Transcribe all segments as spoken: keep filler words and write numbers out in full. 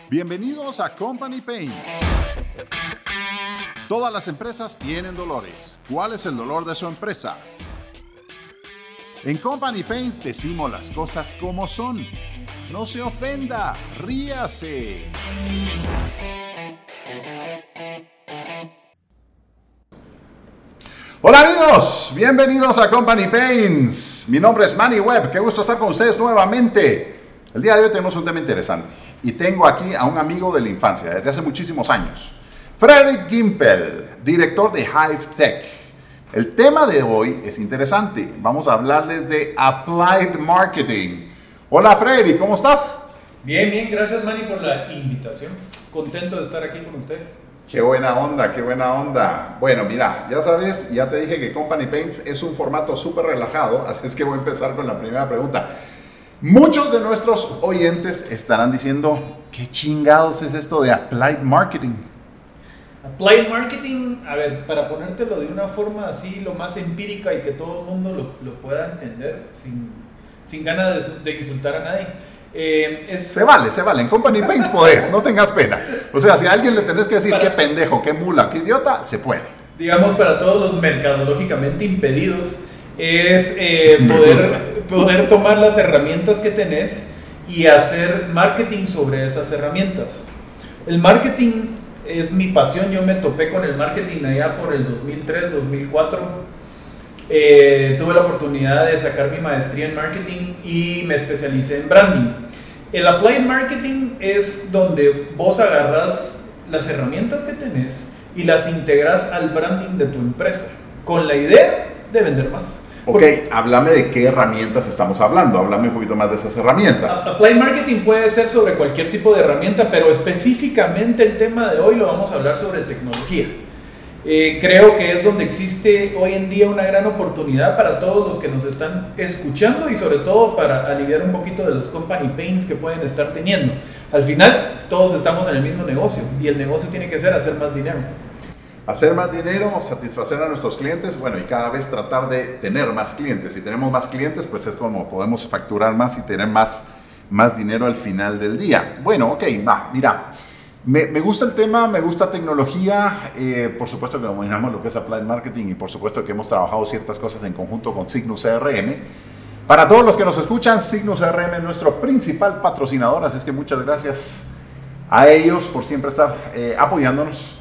Bienvenidos a Company Pains. Todas las empresas tienen dolores. ¿Cuál es el dolor de su empresa? En Company Pains decimos las cosas como son. No se ofenda, ríase. Hola amigos, bienvenidos a Company Pains. Mi nombre es Manny Webb, qué gusto estar con ustedes nuevamente. El día de hoy tenemos un tema interesante y tengo aquí a un amigo de la infancia, desde hace muchísimos años. Fredrik Gimpel, director de Hive Tech. El tema de hoy es interesante. Vamos a hablarles de Applied Marketing. Hola Fredrik, ¿cómo estás? Bien, bien, gracias Manny por la invitación. Contento de estar aquí con ustedes. Qué buena onda, qué buena onda. Bueno, mira, ya sabes, ya te dije que Company Pains es un formato súper relajado, así es que voy a empezar con la primera pregunta. Muchos de nuestros oyentes estarán diciendo, ¿qué chingados es esto de Applied Marketing? Applied Marketing, a ver, para ponértelo de una forma así, lo más empírica y que todo el mundo lo, lo pueda entender, sin, sin ganas de, de insultar a nadie. Eh, es... Se vale, se vale. En Company Pains podés, no tengas pena. O sea, si a alguien le tenés que decir para... qué pendejo, qué mula, qué idiota, se puede. Digamos, para todos los mercadológicamente impedidos, es eh, poder, poder tomar las herramientas que tenés y hacer marketing sobre esas herramientas. El marketing es mi pasión. Yo me topé con el marketing allá por el dos mil tres, dos mil cuatro. Eh, tuve la oportunidad de sacar mi maestría en marketing y me especialicé en branding. El Applied Marketing es donde vos agarras las herramientas que tenés y las integras al branding de tu empresa con la idea de vender más. Ok, Porque, háblame de qué herramientas estamos hablando, háblame un poquito más de esas herramientas. Applied Marketing puede ser sobre cualquier tipo de herramienta, pero específicamente el tema de hoy lo vamos a hablar sobre tecnología. Eh, creo que es donde existe hoy en día una gran oportunidad para todos los que nos están escuchando y sobre todo para aliviar un poquito de los company pains que pueden estar teniendo. Al final, todos estamos en el mismo negocio y el negocio tiene que ser hacer más dinero. Hacer más dinero, satisfacer a nuestros clientes, bueno, y cada vez tratar de tener más clientes. Si tenemos más clientes, pues es como podemos facturar más y tener más, más dinero al final del día. Bueno, ok, va, mira, me, me gusta el tema, me gusta tecnología, eh, por supuesto que dominamos lo que es Applied Marketing y por supuesto que hemos trabajado ciertas cosas en conjunto con Signus C R M. Para todos los que nos escuchan, Signus C R M es nuestro principal patrocinador, así es que muchas gracias a ellos por siempre estar eh, apoyándonos.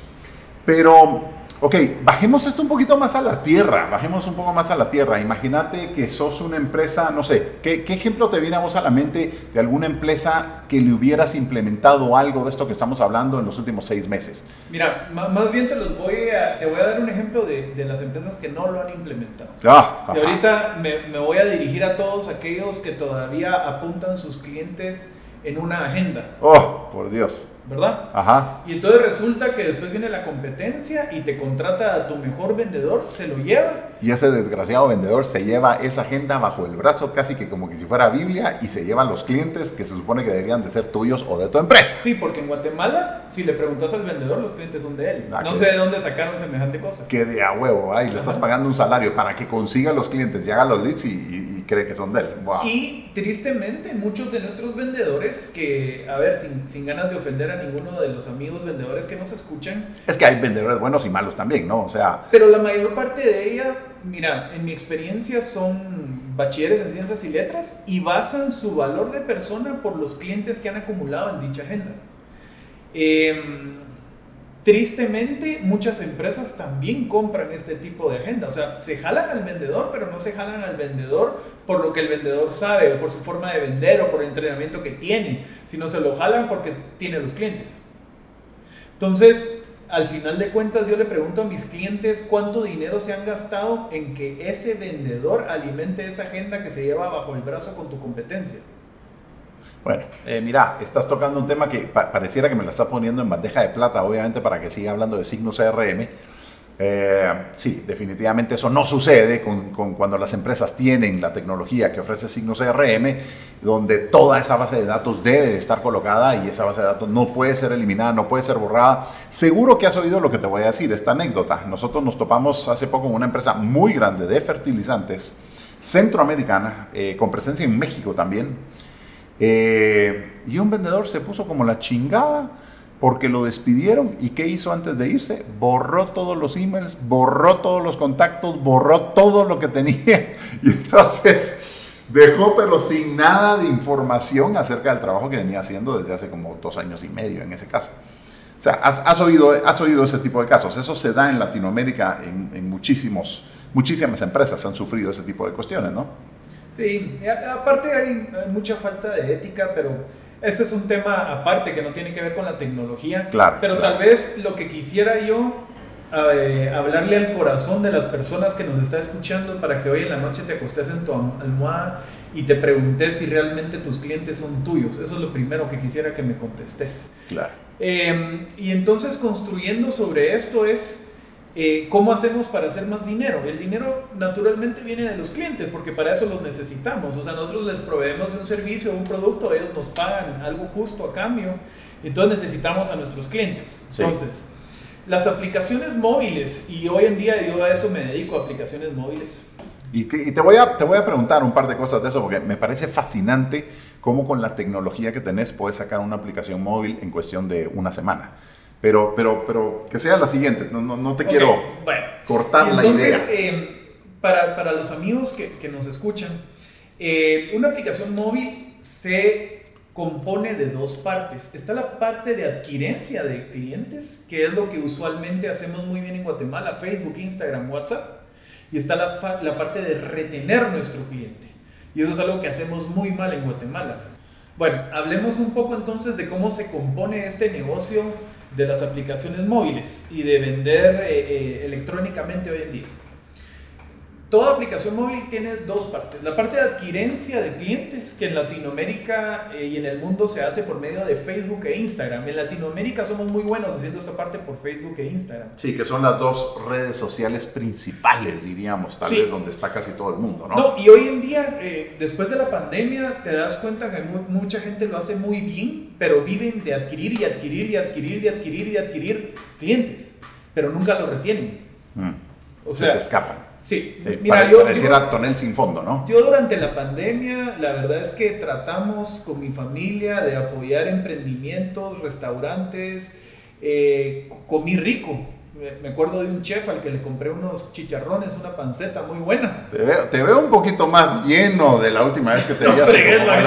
Pero, ok, bajemos esto un poquito más a la tierra, bajemos un poco más a la tierra. Imagínate que sos una empresa, no sé, ¿qué, qué ejemplo te viene a vos a la mente de alguna empresa que le hubieras implementado algo de esto que estamos hablando en los últimos seis meses? Mira, más bien te los voy a, te voy a dar un ejemplo de, de las empresas que no lo han implementado. Ah, y ahorita me, me voy a dirigir a todos aquellos que todavía apuntan sus clientes en una agenda. Oh, por Dios. ¿Verdad? Ajá. Y entonces resulta que después viene la competencia y te contrata a tu mejor vendedor, se lo lleva. Y ese desgraciado vendedor se lleva esa agenda bajo el brazo casi que como que si fuera Biblia y se llevan los clientes que se supone que deberían de ser tuyos o de tu empresa. Sí, porque en Guatemala, si le preguntas al vendedor, los clientes son de él. Ah, no que, sé de dónde sacaron semejante cosa. Que de a huevo, ay, le estás pagando un salario para que consiga los clientes y haga los leads y, y, y cree que son de él. Wow. Y tristemente muchos de nuestros vendedores que, a ver, sin, sin ganas de ofender a ninguno de los amigos vendedores que nos escuchan. Es que hay vendedores buenos y malos también, ¿no? O sea... Pero la mayor parte de ella, mira, en mi experiencia son bachilleres en ciencias y letras y basan su valor de persona por los clientes que han acumulado en dicha agenda. Eh, tristemente, muchas empresas también compran este tipo de agenda. O sea, se jalan al vendedor, pero no se jalan al vendedor por lo que el vendedor sabe, o por su forma de vender, o por el entrenamiento que tiene, sino se lo jalan porque tiene los clientes. Entonces, al final de cuentas, yo le pregunto a mis clientes cuánto dinero se han gastado en que ese vendedor alimente esa agenda que se lleva bajo el brazo con tu competencia. Bueno, eh, mira, estás tocando un tema que pa- pareciera que me la estás poniendo en bandeja de plata, obviamente para que siga hablando de Signus C R M. Eh, sí, definitivamente eso no sucede con, con cuando las empresas tienen la tecnología que ofrece Signus C R M, donde toda esa base de datos debe de estar colocada y esa base de datos no puede ser eliminada, no puede ser borrada. Seguro que has oído lo que te voy a decir, esta anécdota. Nosotros nos topamos hace poco con una empresa muy grande de fertilizantes centroamericana, eh, con presencia en México también. Eh, y un vendedor se puso como la chingada porque lo despidieron. ¿Y qué hizo antes de irse? Borró todos los emails, borró todos los contactos, borró todo lo que tenía. Y entonces dejó pero sin nada de información acerca del trabajo que venía haciendo desde hace como dos años y medio en ese caso. O sea, has, has, oído, has oído ese tipo de casos. Eso se da en Latinoamérica en, en muchísimos, muchísimas empresas han sufrido ese tipo de cuestiones, ¿no? Sí, aparte hay mucha falta de ética, pero ese es un tema aparte que no tiene que ver con la tecnología. Claro, pero claro. Tal vez lo que quisiera yo eh, hablarle al corazón de las personas que nos está escuchando para que hoy en la noche te acostes en tu almohada y te preguntes si realmente tus clientes son tuyos. Eso es lo primero que quisiera que me contestes. Claro. Eh, y entonces construyendo sobre esto es eh, cómo hacemos para hacer más dinero. El dinero naturalmente viene de los clientes porque para eso los necesitamos. O sea, nosotros les proveemos de un servicio o un producto, ellos nos pagan algo justo a cambio, entonces necesitamos a nuestros clientes. Sí. Entonces, las aplicaciones móviles, y hoy en día yo a eso me dedico, a aplicaciones móviles. Y, que, y te, voy a, te voy a preguntar un par de cosas de eso porque me parece fascinante cómo con la tecnología que tenés puedes sacar una aplicación móvil en cuestión de una semana. Pero, pero, pero que sea la siguiente, no, no, no te okay, quiero bueno. cortar entonces, la idea. Eh, para, para los amigos que, que nos escuchan, eh, una aplicación móvil se compone de dos partes. Está la parte de adquirencia de clientes, que es lo que usualmente hacemos muy bien en Guatemala, Facebook, Instagram, WhatsApp. Y está la, la parte de retener nuestro cliente. Y eso es algo que hacemos muy mal en Guatemala. Bueno, hablemos un poco entonces de cómo se compone este negocio de las aplicaciones móviles y de vender eh, eh, electrónicamente hoy en día. Toda aplicación móvil tiene dos partes. La parte de adquirencia de clientes, que en Latinoamérica eh, y en el mundo se hace por medio de Facebook e Instagram. En Latinoamérica somos muy buenos haciendo esta parte por Facebook e Instagram. Sí, que son las dos redes sociales principales, diríamos, tal sí. vez donde está casi todo el mundo, ¿no? No, y hoy en día, eh, después de la pandemia, te das cuenta que muy, mucha gente lo hace muy bien, pero viven de adquirir y adquirir y adquirir y adquirir y adquirir clientes, pero nunca lo retienen. Mm. O sea, se te escapan. Sí, eh, mira, para, yo, pareciera yo, tonel sin fondo, ¿no? Yo durante la pandemia, la verdad es que tratamos con mi familia de apoyar emprendimientos, restaurantes, eh, comí rico. Me acuerdo de un chef al que le compré unos chicharrones, una panceta muy buena. Te veo, te veo un poquito más lleno de la última vez que te no vi. Fregues, la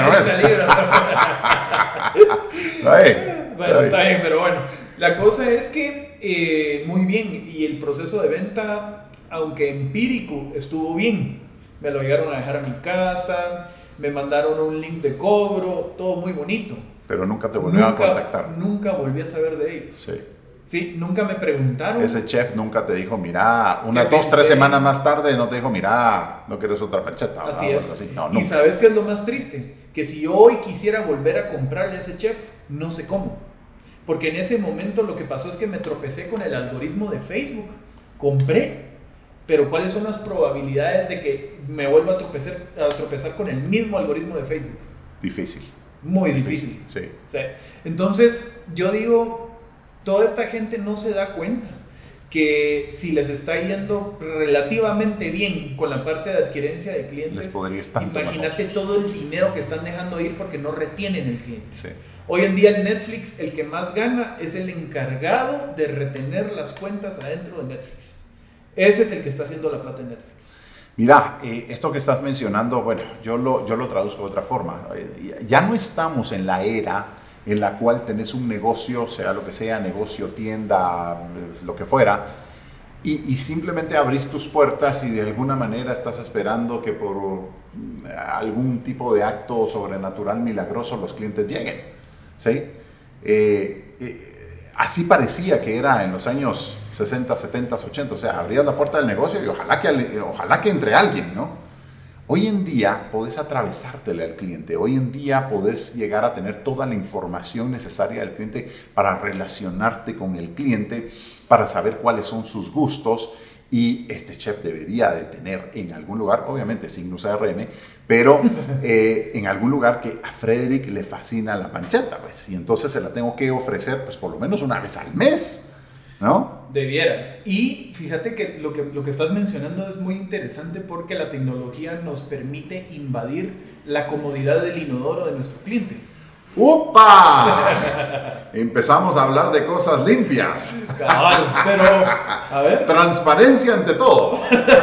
ay, bueno, ay. está bien, pero bueno. La cosa es que eh, muy bien, y el proceso de venta, aunque empírico, estuvo bien. Me lo llegaron a dejar a mi casa, me mandaron un link de cobro, todo muy bonito. Pero nunca te volvieron a contactar. Nunca volví a saber de ellos. Sí. Sí, nunca me preguntaron. Ese chef nunca te dijo, mira, unas dos, tres semanas más tarde no te dijo, mira, no quieres otra pancheta. Así ¿no? es. Así. No, y ¿sabes qué es lo más triste? Que si yo hoy quisiera volver a comprarle a ese chef, no sé cómo. Porque en ese momento lo que pasó es que me tropecé con el algoritmo de Facebook. Compré, pero ¿cuáles son las probabilidades de que me vuelva a tropezar, a tropezar con el mismo algoritmo de Facebook? Difícil. Muy difícil. difícil. Sí. O sea, entonces, yo digo, toda esta gente no se da cuenta que si les está yendo relativamente bien con la parte de adquirencia de clientes, les podría ir tanto imagínate mejor. Todo el dinero que están dejando ir porque no retienen el cliente. Sí. Hoy en día en Netflix el que más gana es el encargado de retener las cuentas adentro de Netflix. Ese es el que está haciendo la plata en Netflix. Mira, eh, esto que estás mencionando, bueno, yo lo, yo lo traduzco de otra forma. Eh, ya no estamos en la era en la cual tenés un negocio, sea lo que sea, negocio, tienda, lo que fuera, y, y simplemente abrís tus puertas y de alguna manera estás esperando que por algún tipo de acto sobrenatural milagroso los clientes lleguen, ¿sí? Eh, eh, así parecía que era en los años sesenta, setenta, ochenta, o sea, abrías la puerta del negocio y ojalá que, ojalá que entre alguien, ¿no? Hoy en día podés atravesártele al cliente, hoy en día podés llegar a tener toda la información necesaria del cliente para relacionarte con el cliente, para saber cuáles son sus gustos, y este chef debería de tener en algún lugar, obviamente sin usar R M, pero eh, en algún lugar que a Frederick le fascina la panceta, pues, y entonces se la tengo que ofrecer pues por lo menos una vez al mes, ¿no? Debiera. Y fíjate que lo, que lo que estás mencionando es muy interesante porque la tecnología nos permite invadir la comodidad del inodoro de nuestro cliente. ¡Upa! Empezamos a hablar de cosas limpias. Cabal, pero, a ver. Transparencia ante todo.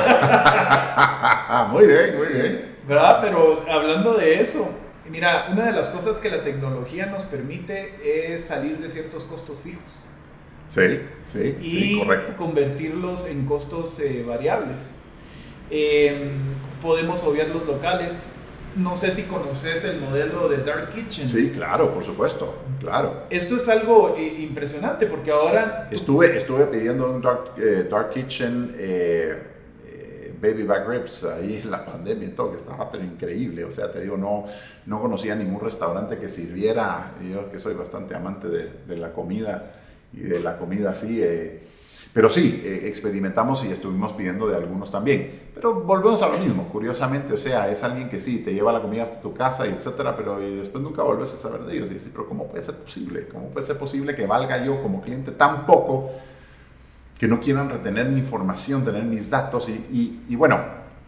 Muy bien, muy bien. ¿Verdad? Pero hablando de eso, mira, una de las cosas que la tecnología nos permite es salir de ciertos costos fijos. Sí, sí, y sí, correcto. convertirlos en costos eh, variables. Eh, podemos obviar los locales. No sé si conoces el modelo de Dark Kitchen. Sí, claro, por supuesto, claro. Esto es algo eh, impresionante porque ahora... Estuve, estuve pidiendo un Dark, eh, dark Kitchen eh, eh, Baby Back Ribs ahí en la pandemia y todo, que estaba pero increíble. O sea, te digo, no, no conocía ningún restaurante que sirviera. Yo que soy bastante amante de, de la comida y de la comida así... Eh, Pero sí, eh, experimentamos y estuvimos pidiendo de algunos también. Pero volvemos a lo mismo, curiosamente, o sea, es alguien que sí, te lleva la comida hasta tu casa y etcétera, pero y después nunca vuelves a saber de ellos. Y dices, pero ¿cómo puede ser posible? ¿Cómo puede ser posible que valga yo como cliente tan poco que no quieran retener mi información, tener mis datos? Y, y, y bueno,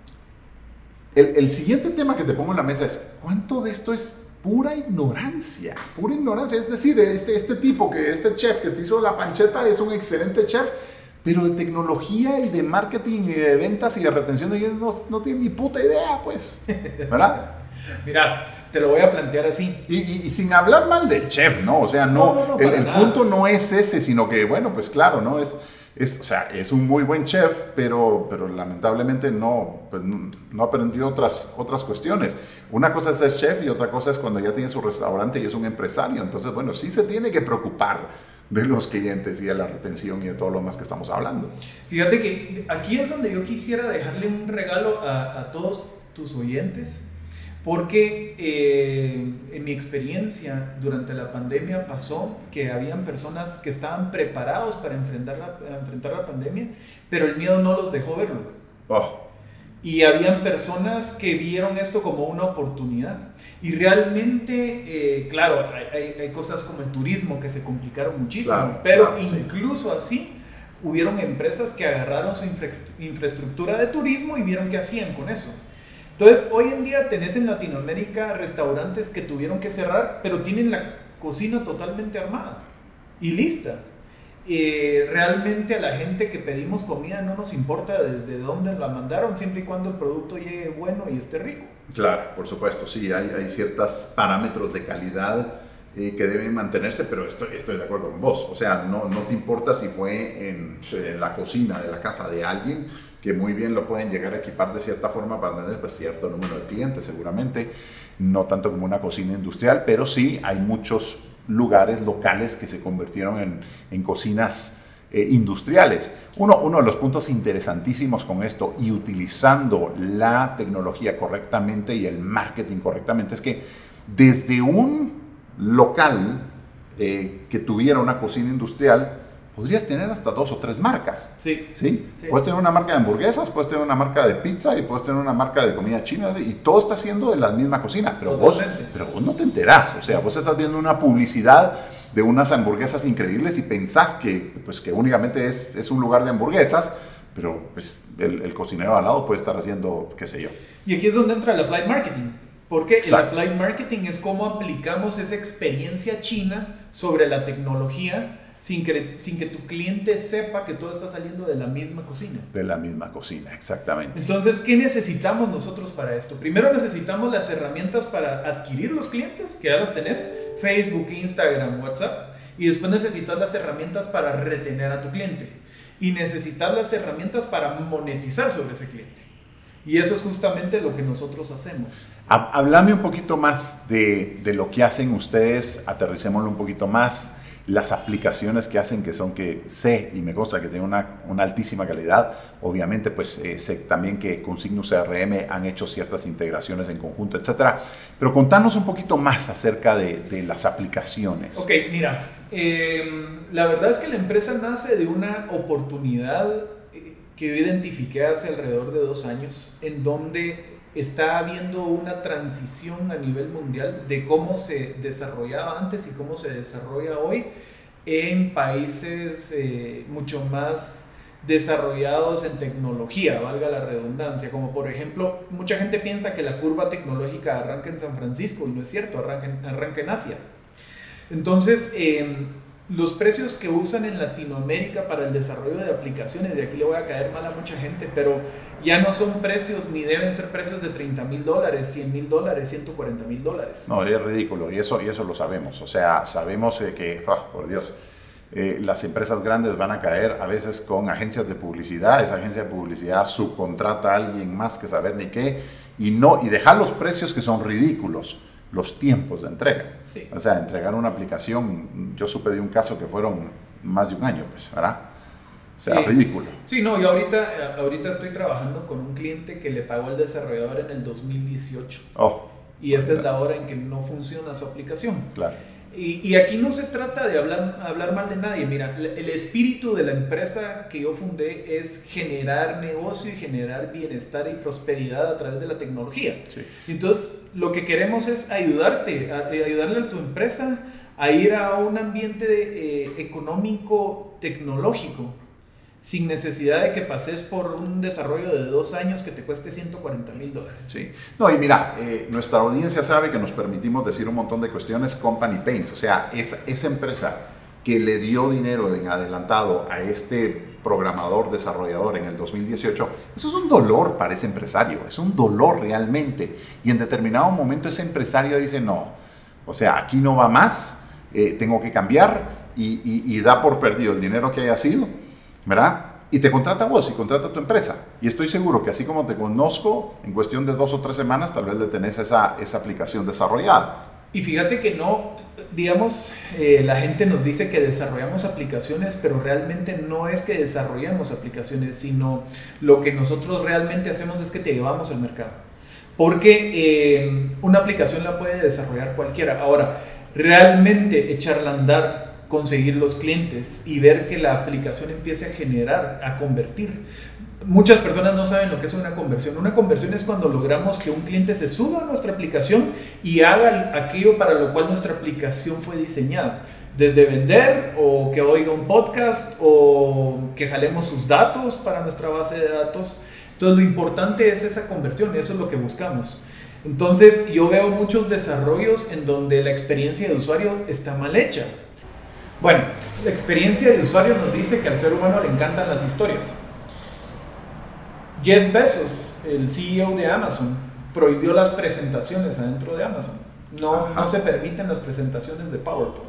el, el siguiente tema que te pongo en la mesa es, ¿cuánto de esto es pura ignorancia? Pura ignorancia, es decir, este, este tipo, que este chef que te hizo la panceta es un excelente chef, pero de tecnología y de marketing y de ventas y de retención de clientes no, no tiene ni puta idea, pues, ¿verdad? Mira, te lo voy a plantear así. Y, y, y sin hablar mal del chef, ¿no? O sea, no, no, no, no, el, el nada. punto no es ese, sino que, bueno, pues claro, ¿no? Es, es, o sea, es un muy buen chef, pero, pero lamentablemente no, pues, no, no aprendió otras, otras cuestiones. Una cosa es ser chef y otra cosa es cuando ya tiene su restaurante y es un empresario. Entonces, bueno, sí se tiene que preocupar de los clientes y de la retención y de todo lo más que estamos hablando. Fíjate que aquí es donde yo quisiera dejarle un regalo a, a todos tus oyentes, porque eh, en mi experiencia durante la pandemia pasó que habían personas que estaban preparados para enfrentar la, enfrentar la pandemia, pero el miedo no los dejó verlo. Oh. Y habían personas que vieron esto como una oportunidad. Y realmente, eh, claro, hay, hay cosas como el turismo que se complicaron muchísimo, Claro, pero claro, incluso sí. así hubieron empresas que agarraron su infra infraestructura de turismo y vieron qué hacían con eso. Entonces, hoy en día tenés en Latinoamérica restaurantes que tuvieron que cerrar, pero tienen la cocina totalmente armada y lista. Eh, realmente a la gente que pedimos comida no nos importa desde dónde la mandaron, siempre y cuando el producto llegue bueno y esté rico. Claro, por supuesto, sí, hay, hay ciertos parámetros de calidad eh, que deben mantenerse, pero estoy, estoy de acuerdo con vos. O sea, no, no te importa si fue en, en la cocina de la casa de alguien, que muy bien lo pueden llegar a equipar de cierta forma para tener pues, cierto número de clientes, seguramente, no tanto como una cocina industrial, pero sí hay muchos lugares locales que se convirtieron en, en cocinas eh, industriales. Uno, uno de los puntos interesantísimos con esto y utilizando la tecnología correctamente y el marketing correctamente es que desde un local eh, que tuviera una cocina industrial podrías tener hasta dos o tres marcas. Sí. ¿Sí? Sí. Puedes tener una marca de hamburguesas, puedes tener una marca de pizza y puedes tener una marca de comida china y todo está siendo de la misma cocina, pero vos, pero vos no te enterás. O sea, vos estás viendo una publicidad de unas hamburguesas increíbles y pensás que, pues, que únicamente es, es un lugar de hamburguesas, pero pues, el, el cocinero al lado puede estar haciendo, qué sé yo. Y aquí es donde entra el applied marketing. Porque Exacto. el applied marketing es cómo aplicamos esa experiencia china sobre la tecnología sin que, sin que tu cliente sepa que todo está saliendo de la misma cocina. De la misma cocina, exactamente. Entonces, ¿qué necesitamos nosotros para esto? Primero necesitamos las herramientas para adquirir los clientes, que ya las tenés, Facebook, Instagram, WhatsApp, y después necesitas las herramientas para retener a tu cliente. Y necesitas las herramientas para monetizar sobre ese cliente. Y eso es justamente lo que nosotros hacemos. Háblame un poquito más de, de lo que hacen ustedes, aterricémoslo un poquito más, las aplicaciones que hacen, que son que sé y me consta que tienen una, una altísima calidad. Obviamente, pues eh, sé también que con Signus C R M han hecho ciertas integraciones en conjunto, etcétera. Pero contanos un poquito más acerca de, de las aplicaciones. Ok, mira, eh, la verdad es que la empresa nace de una oportunidad que yo identifiqué hace alrededor de dos años, en donde está habiendo una transición a nivel mundial de cómo se desarrollaba antes y cómo se desarrolla hoy en países eh, mucho más desarrollados en tecnología, valga la redundancia, como por ejemplo, mucha gente piensa que la curva tecnológica arranca en San Francisco, y no es cierto, arranca en, arranca en Asia. Entonces, eh, los precios que usan en Latinoamérica para el desarrollo de aplicaciones, de aquí le voy a caer mal a mucha gente, pero ya no son precios, ni deben ser precios de treinta mil dólares, cien mil dólares, ciento cuarenta mil dólares. No, es ridículo, y eso, y eso lo sabemos. O sea, sabemos eh, que, oh, por Dios, eh, las empresas grandes van a caer a veces con agencias de publicidad. Esa agencia de publicidad subcontrata a alguien más que saber ni qué, y, no, y dejar los precios que son ridículos. Los tiempos de entrega. Sí. O sea, entregar una aplicación, yo supe de un caso que fueron más de un año, pues, ¿verdad? O sea, sí. Ridículo. Sí, no, yo ahorita, ahorita estoy trabajando con un cliente que le pagó al desarrollador en el dos mil dieciocho. Oh, y esta es la hora en que no funciona su aplicación. Claro. Y, y aquí no se trata de hablar, hablar mal de nadie. Mira, el espíritu de la empresa que yo fundé es generar negocio y generar bienestar y prosperidad a través de la tecnología. Sí. Entonces, lo que queremos es ayudarte, a, a ayudarle a tu empresa a ir a un ambiente de, eh, económico tecnológico, sin necesidad de que pases por un desarrollo de dos años que te cueste ciento cuarenta mil dólares. Sí. No, y mira, eh, nuestra audiencia sabe que nos permitimos decir un montón de cuestiones company pains. O sea, esa, esa empresa que le dio dinero en adelantado a este programador, desarrollador en el dos mil dieciocho, eso es un dolor para ese empresario, es un dolor realmente. Y en determinado momento ese empresario dice, no, o sea, aquí no va más, eh, tengo que cambiar, y, y, y da por perdido el dinero que haya sido, ¿verdad? Y te contrata a vos y contrata a tu empresa. Y estoy seguro que así como te conozco, en cuestión de dos o tres semanas tal vez le tenés esa, esa aplicación desarrollada. Y fíjate que no, digamos, eh, la gente nos dice que desarrollamos aplicaciones, pero realmente no es que desarrollamos aplicaciones, sino lo que nosotros realmente hacemos es que te llevamos al mercado. Porque eh, una aplicación la puede desarrollar cualquiera. Ahora, realmente echarla a andar, conseguir los clientes y ver que la aplicación empiece a generar, a convertir. Muchas personas no saben lo que es una conversión. Una conversión es cuando logramos que un cliente se suba a nuestra aplicación y haga aquello para lo cual nuestra aplicación fue diseñada. Desde vender, o que oiga un podcast, o que jalemos sus datos para nuestra base de datos. Entonces lo importante es esa conversión, eso es lo que buscamos. Entonces yo veo muchos desarrollos en donde la experiencia de usuario está mal hecha. Bueno, la experiencia de usuario nos dice que al ser humano le encantan las historias. Jeff Bezos, el C E O de Amazon, prohibió las presentaciones adentro de Amazon. No, no se permiten las presentaciones de PowerPoint.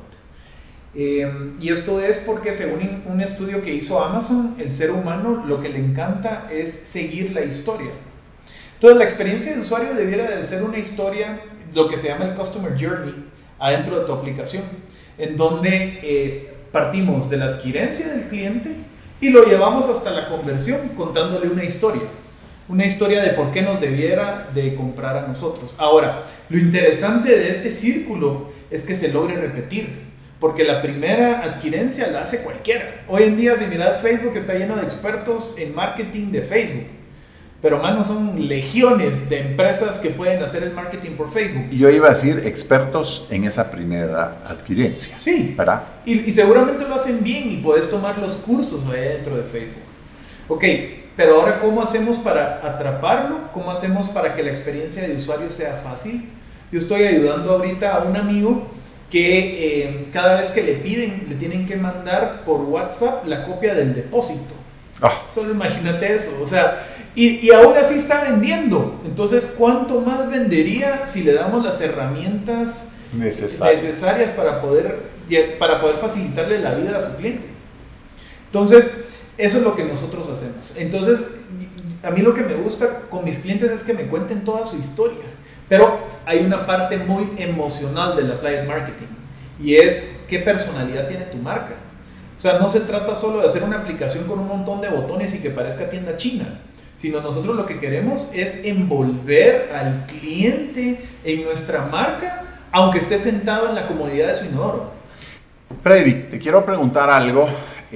Eh, y esto es porque según un estudio que hizo Amazon, el ser humano lo que le encanta es seguir la historia. Entonces la experiencia de usuario debiera de ser una historia, lo que se llama el Customer Journey, adentro de tu aplicación, en donde eh, partimos de la adquirencia del cliente y lo llevamos hasta la conversión contándole una historia. Una historia de por qué nos debiera de comprar a nosotros. Ahora, lo interesante de este círculo es que se logre repetir. Porque la primera adquirencia la hace cualquiera. Hoy en día, si miras Facebook, está lleno de expertos en marketing de Facebook. Pero, mano, son legiones de empresas que pueden hacer el marketing por Facebook. Yo iba a decir expertos en esa primera adquirencia. Sí, ¿verdad? Y, y seguramente lo hacen bien y puedes tomar los cursos ahí dentro de Facebook. Ok, pero ahora, ¿cómo hacemos para atraparlo? ¿Cómo hacemos para que la experiencia de usuario sea fácil? Yo estoy ayudando ahorita a un amigo que eh, cada vez que le piden, le tienen que mandar por WhatsApp la copia del depósito. Oh. Solo imagínate eso, o sea, y, y aún así está vendiendo. Entonces, ¿cuánto más vendería si le damos las herramientas necesarias, necesarias para, poder, para poder facilitarle la vida a su cliente? Entonces, eso es lo que nosotros hacemos. Entonces, a mí lo que me gusta con mis clientes es que me cuenten toda su historia. Pero hay una parte muy emocional del Applied Marketing y es qué personalidad tiene tu marca. O sea, no se trata solo de hacer una aplicación con un montón de botones y que parezca tienda china, sino nosotros lo que queremos es envolver al cliente en nuestra marca, aunque esté sentado en la comodidad de su inodoro. Frederick, te quiero preguntar algo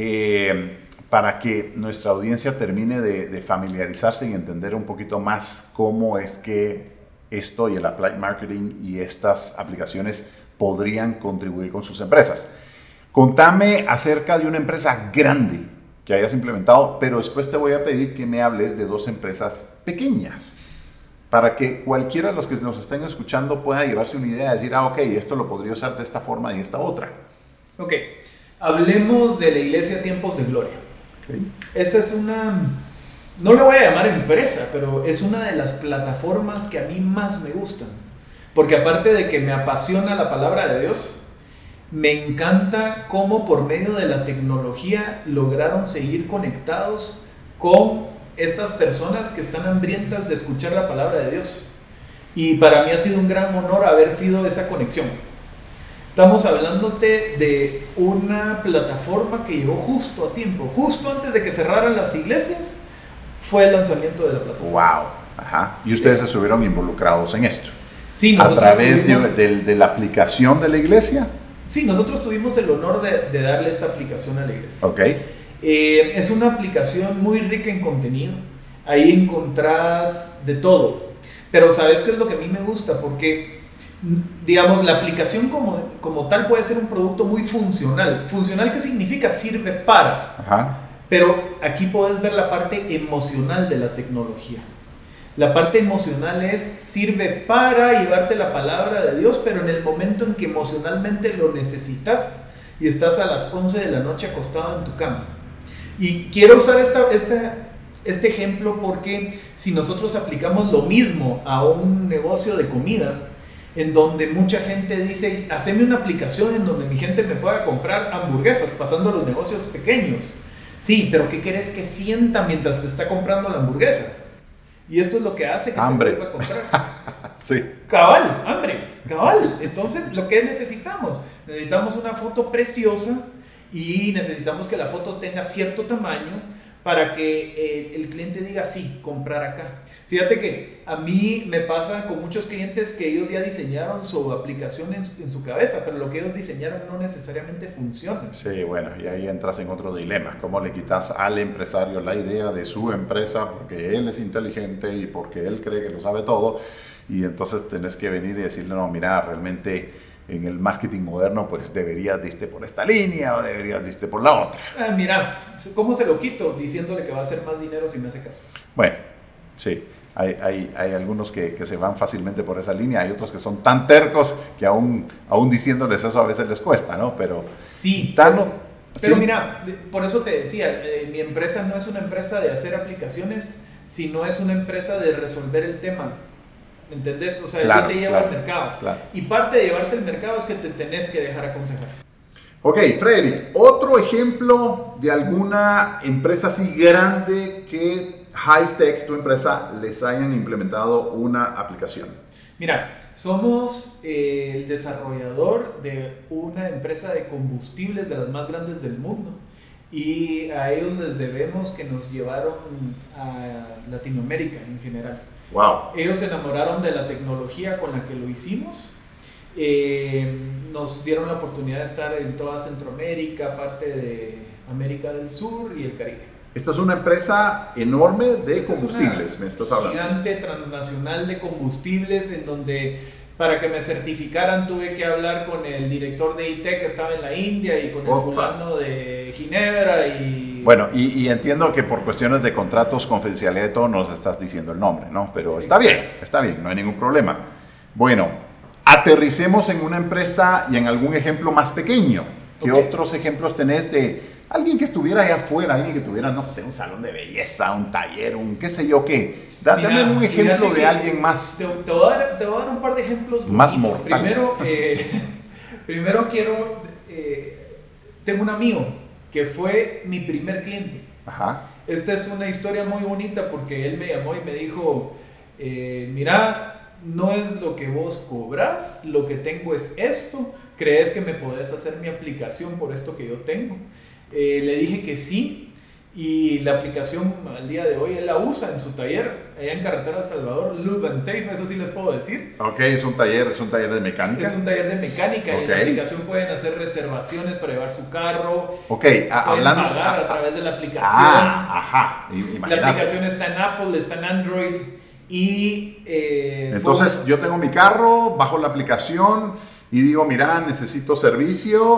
eh, para que nuestra audiencia termine de, de familiarizarse y entender un poquito más cómo es que esto y el Applied Marketing y estas aplicaciones podrían contribuir con sus empresas. Contame acerca de una empresa grande que hayas implementado, pero después te voy a pedir que me hables de dos empresas pequeñas, para que cualquiera de los que nos estén escuchando pueda llevarse una idea, decir, ah, ok, esto lo podría usar de esta forma y esta otra. Ok, hablemos de la Iglesia Tiempos de Gloria. Okay. Esta es una, no le voy a llamar empresa, pero es una de las plataformas que a mí más me gustan. Porque aparte de que me apasiona la palabra de Dios, me encanta cómo por medio de la tecnología lograron seguir conectados con estas personas que están hambrientas de escuchar la palabra de Dios. Y para mí ha sido un gran honor haber sido esa conexión. Estamos hablándote de una plataforma que llegó justo a tiempo, justo antes de que cerraran las iglesias, fue el lanzamiento de la plataforma. ¡Wow! Ajá. Y ustedes se estuvieron involucrados en esto. Sí, ¿A través tuvimos, de, de, de la aplicación de la iglesia? Sí, nosotros tuvimos el honor de, de darle esta aplicación a la iglesia. Ok. Eh, es una aplicación muy rica en contenido. Ahí encontrás de todo. Pero ¿sabes qué es lo que a mí me gusta? Porque, digamos, la aplicación como, como tal puede ser un producto muy funcional. ¿Funcional qué significa? Sirve para. Ajá. Pero aquí puedes ver la parte emocional de la tecnología. La parte emocional es, sirve para llevarte la palabra de Dios, pero en el momento en que emocionalmente lo necesitas y estás a las once de la noche acostado en tu cama. Y quiero usar esta, esta, este ejemplo porque si nosotros aplicamos lo mismo a un negocio de comida, en donde mucha gente dice, haceme una aplicación en donde mi gente me pueda comprar hamburguesas, pasando a los negocios pequeños. Sí, pero ¿qué querés que sienta mientras te está comprando la hamburguesa? Y esto es lo que hace que hambre. te vuelva a comprar. Sí. Cabal, hambre, cabal. Entonces, ¿lo que necesitamos? Necesitamos una foto preciosa y necesitamos que la foto tenga cierto tamaño para que eh, el cliente diga, sí, comprar acá. Fíjate que a mí me pasa con muchos clientes que ellos ya diseñaron su aplicación en, en su cabeza, pero lo que ellos diseñaron no necesariamente funciona. Sí, bueno, y ahí entras en otro dilema. ¿Cómo le quitas al empresario la idea de su empresa porque él es inteligente y porque él cree que lo sabe todo? Y entonces tenés que venir y decirle, no, mira, realmente en el marketing moderno pues deberías irte por esta línea o deberías irte por la otra. Ah, mira, ¿cómo se lo quito? Diciéndole que va a hacer más dinero si me hace caso. Bueno, sí, hay, hay, hay algunos que, que se van fácilmente por esa línea, hay otros que son tan tercos que aún, aún diciéndoles eso a veces les cuesta, ¿no? Pero, sí, Tano, pero sí. Mira, por eso te decía, eh, mi empresa no es una empresa de hacer aplicaciones, sino es una empresa de resolver el tema. ¿Me entendés? O sea, claro, yo te llevo claro, al mercado. Claro. Y parte de llevarte al mercado es que te tenés que dejar aconsejar. Ok, Frederick, otro ejemplo de alguna empresa así grande que Hivetech, tu empresa, les hayan implementado una aplicación. Mira, somos eh, el desarrollador de una empresa de combustibles de las más grandes del mundo. Y a ellos les debemos que nos llevaron a Latinoamérica en general. Wow. Ellos se enamoraron de la tecnología con la que lo hicimos. Eh, nos dieron la oportunidad de estar en toda Centroamérica, parte de América del Sur y el Caribe. Esta es una empresa enorme de Esta combustibles, me estás hablando. Gigante transnacional de combustibles, en donde para que me certificaran tuve que hablar con el director de I T que estaba en la India y con el Opa. fulano de Ginebra y... Bueno, y, y entiendo que por cuestiones de contratos, confidencialidad y todo, nos estás diciendo el nombre, ¿no? Pero está Exacto. bien, está bien, no hay ningún problema. Bueno, aterricemos en una empresa y en algún ejemplo más pequeño. ¿Qué Ok. otros ejemplos tenés de alguien que estuviera allá afuera, alguien que tuviera, no sé, un salón de belleza, un taller, un qué sé yo qué? Da- Mira, Dame un ejemplo fíjate de que alguien más. Te, te, voy a dar, te voy a dar un par de ejemplos Más bonitos. mortal. Primero, eh, primero quiero... Eh, tengo un amigo que fue mi primer cliente. Ajá. Esta es una historia muy bonita porque él me llamó y me dijo, eh, mira, no es lo que vos cobras, lo que tengo es esto, ¿crees que me podés hacer mi aplicación por esto que yo tengo? Eh, le dije que sí, y la aplicación al día de hoy él la usa en su taller, allá en Carretera El Salvador, Lube and Safe, eso sí les puedo decir. Ok, es un taller, es un taller de mecánica. Es un taller de mecánica y en la Ok. aplicación pueden hacer reservaciones para llevar su carro, Ok, a- pueden hablando... pagar a a- través de la aplicación. Ah, ajá, i- La imagínate. aplicación está en Apple, está en Android y... eh, Entonces fue- yo tengo mi carro, bajo la aplicación y digo, mira, necesito servicio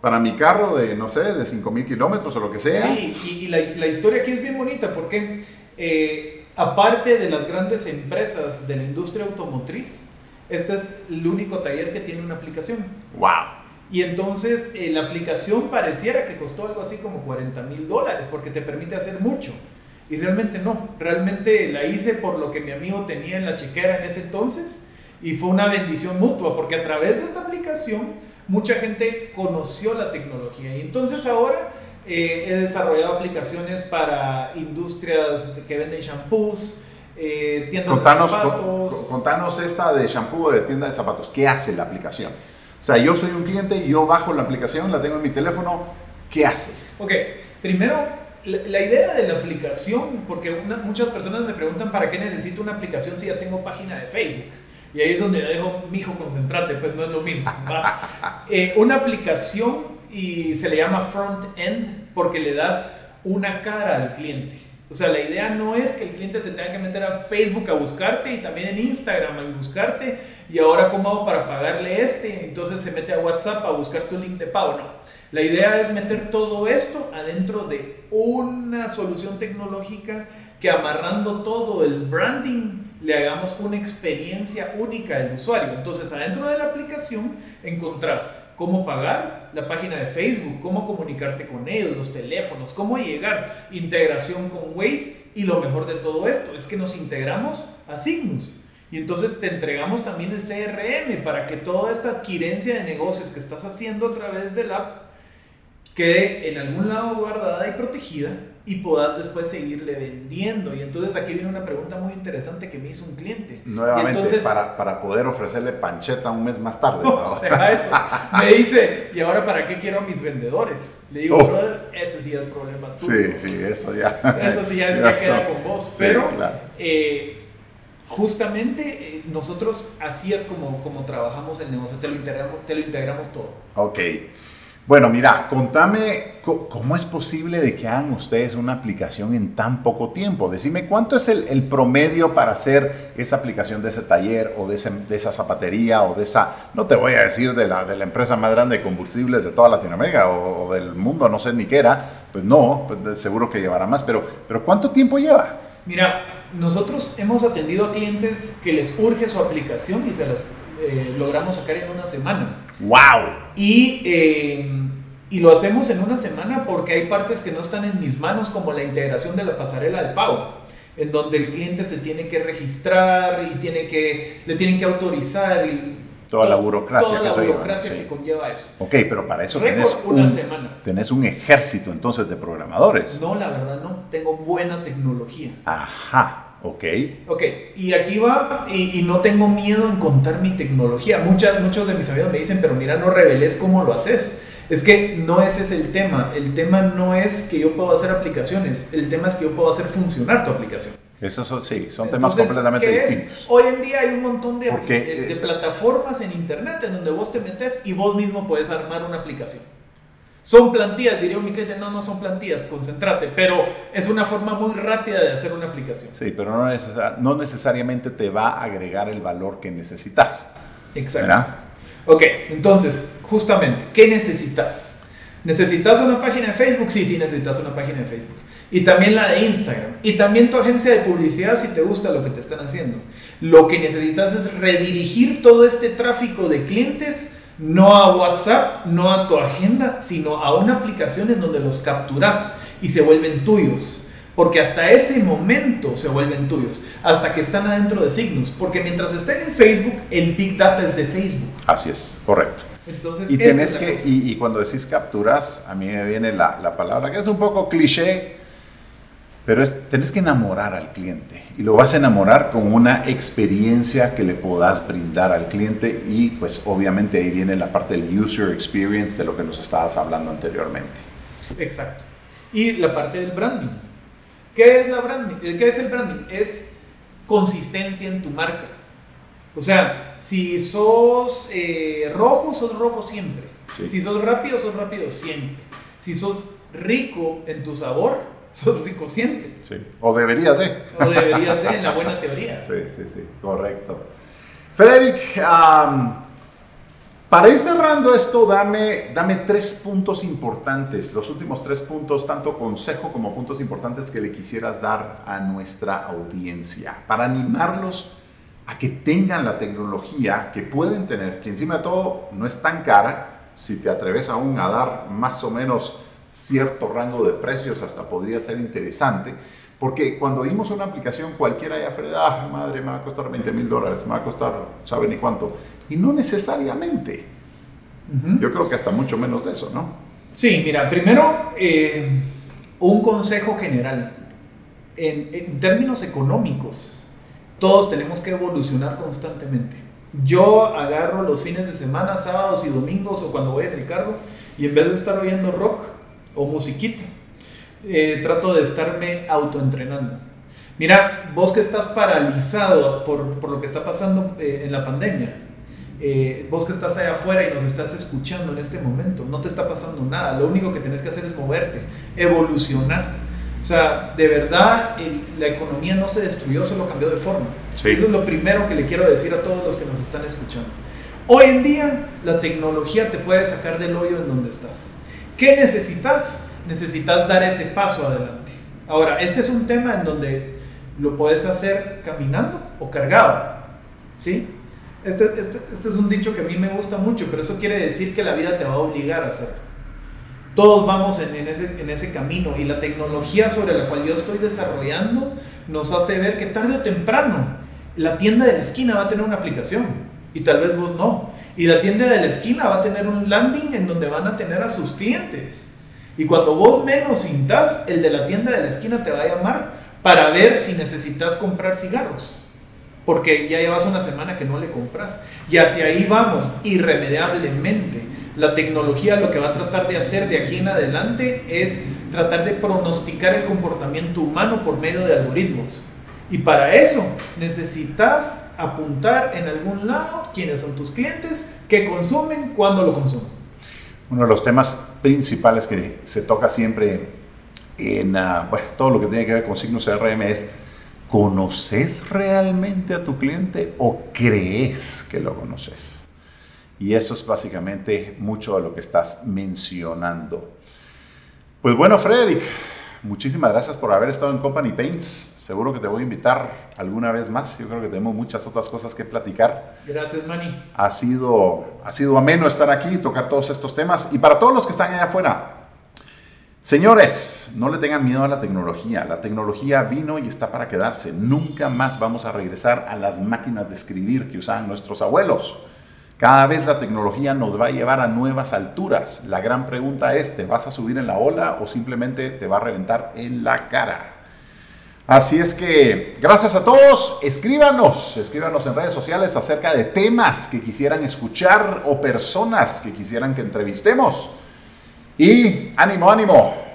para mi carro de, no sé, de cinco mil kilómetros o lo que sea. Sí, y, y la, la historia aquí es bien bonita porque eh, aparte de las grandes empresas de la industria automotriz, este es el único taller que tiene una aplicación. ¡Wow! Y entonces eh, la aplicación pareciera que costó algo así como cuarenta mil dólares porque te permite hacer mucho. Y realmente no, realmente la hice por lo que mi amigo tenía en la chequera en ese entonces y fue una bendición mutua porque a través de esta aplicación mucha gente conoció la tecnología. Y entonces ahora eh, he desarrollado aplicaciones para industrias que venden shampoos, eh, tiendas contanos, de zapatos. Con, contanos esta de shampoo de tienda de zapatos. ¿Qué hace la aplicación? O sea, yo soy un cliente, yo bajo la aplicación, la tengo en mi teléfono, ¿qué hace? Ok, primero, la, la idea de la aplicación, porque una, muchas personas me preguntan para qué necesito una aplicación si ya tengo página de Facebook. Y ahí es donde yo dejo, mijo, concéntrate, pues no es lo mismo. eh, una aplicación y se le llama front-end porque le das una cara al cliente. O sea, la idea no es que el cliente se tenga que meter a Facebook a buscarte y también en Instagram a buscarte y ahora cómo hago para pagarle este, entonces se mete a WhatsApp a buscar tu link de pago. No, la idea es meter todo esto adentro de una solución tecnológica que amarrando todo el branding le hagamos una experiencia única del usuario. Entonces adentro de la aplicación encontrás cómo pagar la página de Facebook, cómo comunicarte con ellos, los teléfonos, cómo llegar, integración con Waze y lo mejor de todo esto es que nos integramos a Signus y entonces te entregamos también el C R M para que toda esta adquirencia de negocios que estás haciendo a través del app quede en algún lado guardada y protegida y puedas después seguirle vendiendo. Y entonces aquí viene una pregunta muy interesante que me hizo un cliente. Nuevamente, entonces, para, para poder ofrecerle pancheta un mes más tarde. No, deja eso. Me dice, ¿y ahora para qué quiero a mis vendedores? Le digo, oh, brother, ese sí es problema tuyo. Sí, sí, eso ya. Eso sí ya, ya queda con vos. Sí, Pero, claro. eh, justamente, eh, nosotros así es como, como trabajamos el negocio. Te lo integramos, te lo integramos todo. Ok. Bueno, mira, contame cómo es posible de que hagan ustedes una aplicación en tan poco tiempo. Decime, ¿cuánto es el, el promedio para hacer esa aplicación de ese taller o de, ese, de esa zapatería o de esa, no te voy a decir de la, de la empresa más grande de combustibles de toda Latinoamérica o, o del mundo, no sé ni qué era, pues no, pues seguro que llevará más, pero, pero ¿cuánto tiempo lleva? Mira, nosotros hemos atendido a clientes que les urge su aplicación y se las eh, logramos sacar en una semana. ¡Wow! Y, eh, y lo hacemos en una semana porque hay partes que no están en mis manos, como la integración de la pasarela de pago, en donde el cliente se tiene que registrar y tiene que, le tienen que autorizar y toda la burocracia, toda la que, eso burocracia lleva, que sí. conlleva eso. Ok, pero para eso Récord, tenés una un, semana. tenés un ejército entonces de programadores. No, la verdad no, tengo buena tecnología. Ajá. Ok. Ok, y aquí va, y, y no tengo miedo en contar mi tecnología. Muchas, muchos de mis amigos me dicen, pero mira, no reveles cómo lo haces. Es que no ese es el tema. El tema no es que yo puedo hacer aplicaciones, el tema es que yo puedo hacer funcionar tu aplicación. Esos son, sí, son temas Entonces, completamente ¿qué es? distintos. Hoy en día hay un montón de, Porque, de, de eh, plataformas en internet en donde vos te metes y vos mismo puedes armar una aplicación. Son plantillas, diría mi cliente, no, no son plantillas, concéntrate, pero es una forma muy rápida de hacer una aplicación. Sí, pero no, necesar, no necesariamente te va a agregar el valor que necesitas. Exacto. ¿Verdad? Ok, entonces, justamente, ¿qué necesitas? ¿Necesitas una página de Facebook? Sí, sí, necesitas una página de Facebook. Y también la de Instagram. Y también tu agencia de publicidad si te gusta lo que te están haciendo. Lo que necesitas es redirigir todo este tráfico de clientes no a WhatsApp, no a tu agenda, sino a una aplicación en donde los capturas y se vuelven tuyos. Porque hasta ese momento se vuelven tuyos, hasta que están adentro de Signus. Porque mientras estén en Facebook, el Big Data es de Facebook. Así es, correcto. Entonces, y, tenés es que, y, y cuando decís capturas, a mí me viene la, la palabra que es un poco cliché, pero es, tenés que enamorar al cliente. Y lo vas a enamorar con una experiencia que le podás brindar al cliente. Y pues obviamente ahí viene la parte del user experience de lo que nos estabas hablando anteriormente. Exacto. Y la parte del branding. ¿Qué es la branding? ¿Qué es el branding? Es consistencia en tu marca. O sea, si sos eh, rojo, sos rojo siempre. Sí. Si sos rápido, sos rápido siempre. Si sos rico en tu sabor, sos rico siempre. Sí. O deberías de. O deberías de, en la buena teoría. Sí, sí, sí, correcto. Frederick, um, Para ir cerrando esto, dame, dame tres puntos importantes, los últimos tres puntos, tanto consejo como puntos importantes que le quisieras dar a nuestra audiencia, para animarlos a que tengan la tecnología que pueden tener, que encima de todo no es tan cara, si te atreves aún a dar más o menos cierto rango de precios, hasta podría ser interesante, porque cuando vimos una aplicación cualquiera ya fue, ah, madre, me va a costar veinte mil dólares, me va a costar, sabe ni cuánto. Y no necesariamente. Uh-huh. Yo creo que hasta mucho menos de eso, ¿no? Sí, mira, primero, eh, un consejo general. En, en términos económicos, todos tenemos que evolucionar constantemente. Yo agarro los fines de semana, sábados y domingos, o cuando voy en el carro, y en vez de estar oyendo rock o musiquita, eh, trato de estarme autoentrenando. Mira, vos que estás paralizado por, por lo que está pasando eh, en la pandemia, Eh, vos que estás allá afuera y nos estás escuchando en este momento, no te está pasando nada, lo único que tenés que hacer es moverte, evolucionar. O sea, de verdad el, la economía no se destruyó, solo cambió de forma. Sí. Eso es lo primero que le quiero decir a todos los que nos están escuchando. Hoy en día la tecnología te puede sacar del hoyo en donde estás. ¿Qué necesitas? Necesitas dar ese paso adelante. Ahora, este es un tema en donde lo puedes hacer caminando o cargado, ¿sí? Este, este, este es un dicho que a mí me gusta mucho, pero eso quiere decir que la vida te va a obligar a hacerlo. Todos vamos en, en, ese, en ese camino, y la tecnología sobre la cual yo estoy desarrollando nos hace ver que tarde o temprano la tienda de la esquina va a tener una aplicación y tal vez vos no. Y la tienda de la esquina va a tener un landing en donde van a tener a sus clientes. Y cuando vos menos sintas, el de la tienda de la esquina te va a llamar para ver si necesitas comprar cigarros, porque ya llevas una semana que no le compras. Y hacia ahí vamos, irremediablemente. La tecnología lo que va a tratar de hacer de aquí en adelante es tratar de pronosticar el comportamiento humano por medio de algoritmos. Y para eso necesitas apuntar en algún lado quiénes son tus clientes, qué consumen, cuándo lo consumen. Uno de los temas principales que se toca siempre en uh, bueno, todo lo que tiene que ver con signos C R M es: ¿conoces realmente a tu cliente o crees que lo conoces? Y eso es básicamente mucho de lo que estás mencionando. Pues bueno, Frederick, muchísimas gracias por haber estado en Company Paints. Seguro que te voy a invitar alguna vez más. Yo creo que tenemos muchas otras cosas que platicar. Gracias, Manny. Ha sido, ha sido ameno estar aquí y tocar todos estos temas. Y para todos los que están allá afuera, señores, no le tengan miedo a la tecnología. La tecnología vino y está para quedarse. Nunca más vamos a regresar a las máquinas de escribir que usaban nuestros abuelos. Cada vez la tecnología nos va a llevar a nuevas alturas. La gran pregunta es, ¿te vas a subir en la ola o simplemente te va a reventar en la cara? Así es que, gracias a todos. Escríbanos, escríbanos en redes sociales acerca de temas que quisieran escuchar o personas que quisieran que entrevistemos. Y ánimo, ánimo.